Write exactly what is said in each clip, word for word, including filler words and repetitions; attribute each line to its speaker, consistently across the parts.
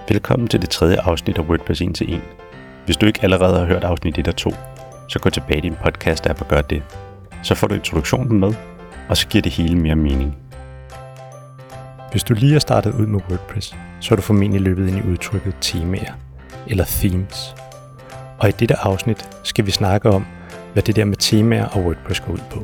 Speaker 1: Velkommen til det tredje afsnit af WordPress en til en. Hvis du ikke allerede har hørt afsnit et og to, så gå tilbage i din podcast-app og gør det. Så får du introduktionen med, og så giver det hele mere mening. Hvis du lige er startet ud med WordPress, så er du formentlig løbet ind i udtrykket temaer, eller themes. Og i dette afsnit skal vi snakke om, hvad det der med temaer og WordPress går ud på.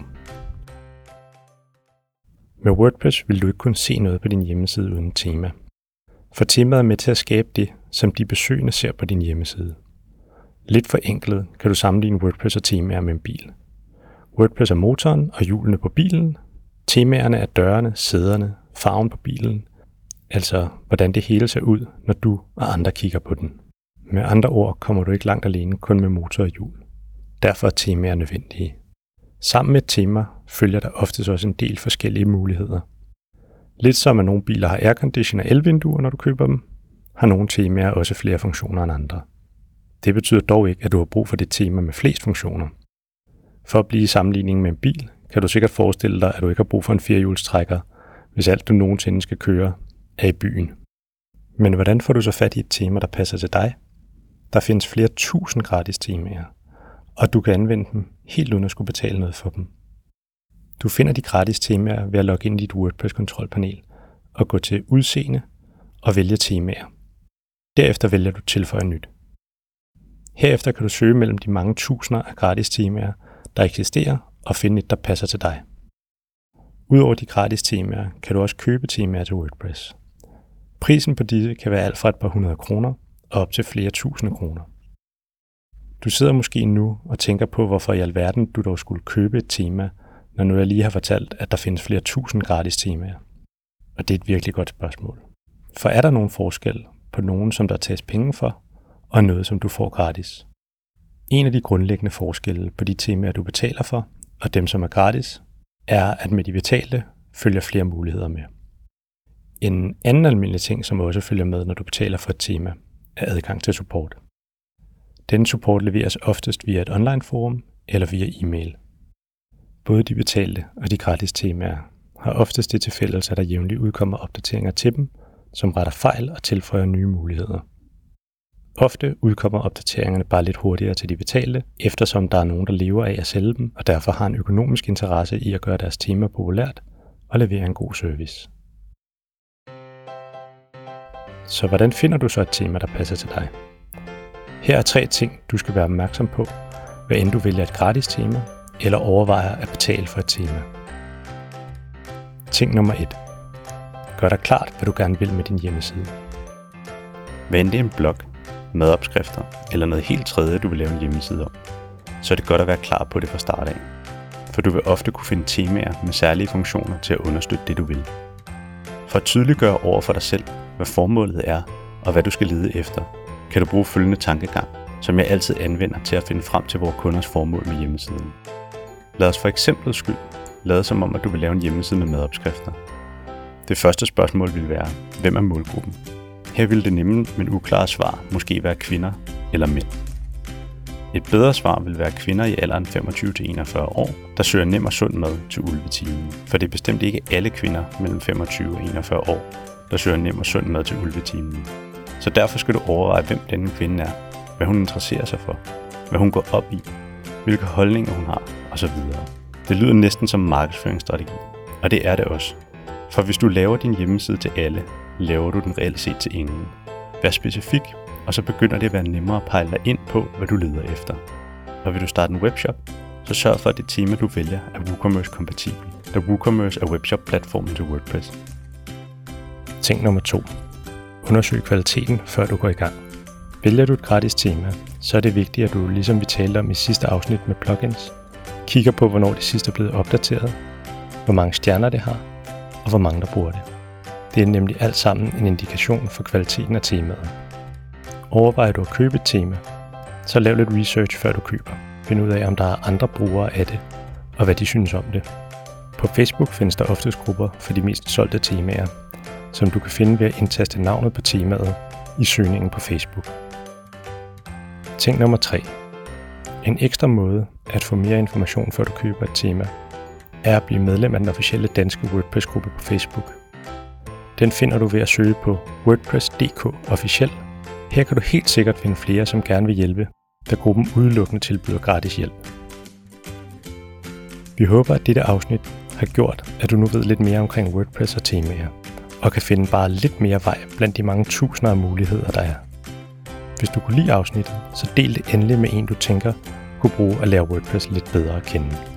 Speaker 1: Med WordPress vil du ikke kunne se noget på din hjemmeside uden tema. For temaet er med til at skabe det, som de besøgende ser på din hjemmeside. Lidt forenklet kan du sammenligne WordPress og temaer med en bil. WordPress er motoren og hjulene på bilen. Temaerne er dørene, sæderne, farven på bilen. Altså, hvordan det hele ser ud, når du og andre kigger på den. Med andre ord kommer du ikke langt alene kun med motor og hjul. Derfor er temaer nødvendige. Sammen med et tema følger der oftest også en del forskellige muligheder. Lidt som at nogle biler har aircondition og elvinduer, når du køber dem, har nogle temaer også flere funktioner end andre. Det betyder dog ikke, at du har brug for det tema med flest funktioner. For at blive i sammenligning med en bil, kan du sikkert forestille dig, at du ikke har brug for en firehjulstrækker, hvis alt du nogensinde skal køre er i byen. Men hvordan får du så fat i et tema, der passer til dig? Der findes flere tusind gratis temaer, og du kan anvende dem helt uden at skulle betale noget for dem. Du finder de gratis temaer ved at logge ind i dit WordPress-kontrolpanel og gå til udseende og vælge temaer. Derefter vælger du tilføje nyt. Herefter kan du søge mellem de mange tusinder af gratis temaer, der eksisterer, og finde et, der passer til dig. Udover de gratis temaer, kan du også købe temaer til WordPress. Prisen på disse kan være alt fra et par hundrede kroner og op til flere tusinde kroner. Du sidder måske nu og tænker på, hvorfor i alverden du dog skulle købe et tema, når nu jeg lige har fortalt, at der findes flere tusind gratis temaer. Og det er et virkelig godt spørgsmål. For er der nogen forskel på nogen, som der tages penge for, og noget, som du får gratis? En af de grundlæggende forskelle på de temaer, du betaler for, og dem, som er gratis, er, at med de betalte følger flere muligheder med. En anden almindelig ting, som også følger med, når du betaler for et tema, er adgang til support. Denne support leveres oftest via et online forum eller via e-mail. Både de betalte og de gratis temaer har oftest det til fælles, at der jævnligt udkommer opdateringer til dem, som retter fejl og tilføjer nye muligheder. Ofte udkommer opdateringerne bare lidt hurtigere til de betalte, eftersom der er nogen, der lever af at sælge dem, og derfor har en økonomisk interesse i at gøre deres tema populært og levere en god service. Så hvordan finder du så et tema, der passer til dig? Her er tre ting, du skal være opmærksom på, hvad end du vælger et gratis tema, eller overvejer at betale for et tema. Ting nummer et. Gør dig klart, hvad du gerne vil med din hjemmeside. Hvad end det er en blog, madopskrifter eller noget helt tredje, du vil lave en hjemmeside om, så er det godt at være klar på det fra start af. For du vil ofte kunne finde temaer med særlige funktioner til at understøtte det, du vil. For at tydeliggøre over for dig selv, hvad formålet er og hvad du skal lede efter, kan du bruge følgende tankegang, som jeg altid anvender til at finde frem til vores kunders formål med hjemmesiden. Lad os for eksempel skyld lade som om, at du vil lave en hjemmeside med madopskrifter. Det første spørgsmål vil være, hvem er målgruppen? Her vil det nemme, men uklare svar måske være kvinder eller mænd. Et bedre svar vil være kvinder i alderen femogtyve til enogfyrre år, der søger nem og sund mad til ulvetimen. For det er bestemt ikke alle kvinder mellem femogtyve og enogfyrre år, der søger nem og sund mad til ulvetimen. Så derfor skal du overveje, hvem denne kvinde er, hvad hun interesserer sig for, hvad hun går op i, hvilke holdninger hun har osv. Det lyder næsten som markedsføringsstrategi, og det er det også. For hvis du laver din hjemmeside til alle, laver du den reelt set til ingen. Vær specifik, og så begynder det at være nemmere at pejle dig ind på, hvad du leder efter. Og vil du starte en webshop, så sørg for, at det tema, du vælger, er WooCommerce-kompatibel, da WooCommerce er webshop-platformen til WordPress. Ting nummer to. Undersøg kvaliteten, før du går i gang. Vælger du et gratis tema, så er det vigtigt, at du, ligesom vi talte om i sidste afsnit med plugins, kigger på, hvornår det sidste er blevet opdateret, hvor mange stjerner det har, og hvor mange der bruger det. Det er nemlig alt sammen en indikation for kvaliteten af temaet. Overvejer du at købe et tema, så lav lidt research før du køber. Find ud af, om der er andre brugere af det, og hvad de synes om det. På Facebook findes der oftest grupper for de mest solgte temaer, som du kan finde ved at indtaste navnet på temaet i søgningen på Facebook. Ting nummer tre. En ekstra måde at få mere information, før du køber et tema, er at blive medlem af den officielle danske WordPress-gruppe på Facebook. Den finder du ved at søge på WordPress punktum d k officiel. Her kan du helt sikkert finde flere, som gerne vil hjælpe, da gruppen udelukkende tilbyder gratis hjælp. Vi håber, at dette afsnit har gjort, at du nu ved lidt mere omkring WordPress og temaer, og kan finde bare lidt mere vej blandt de mange tusinder af muligheder, der er. Hvis du kunne lide afsnittet, så del det endelig med en, du tænker kunne bruge at lære WordPress lidt bedre at kende.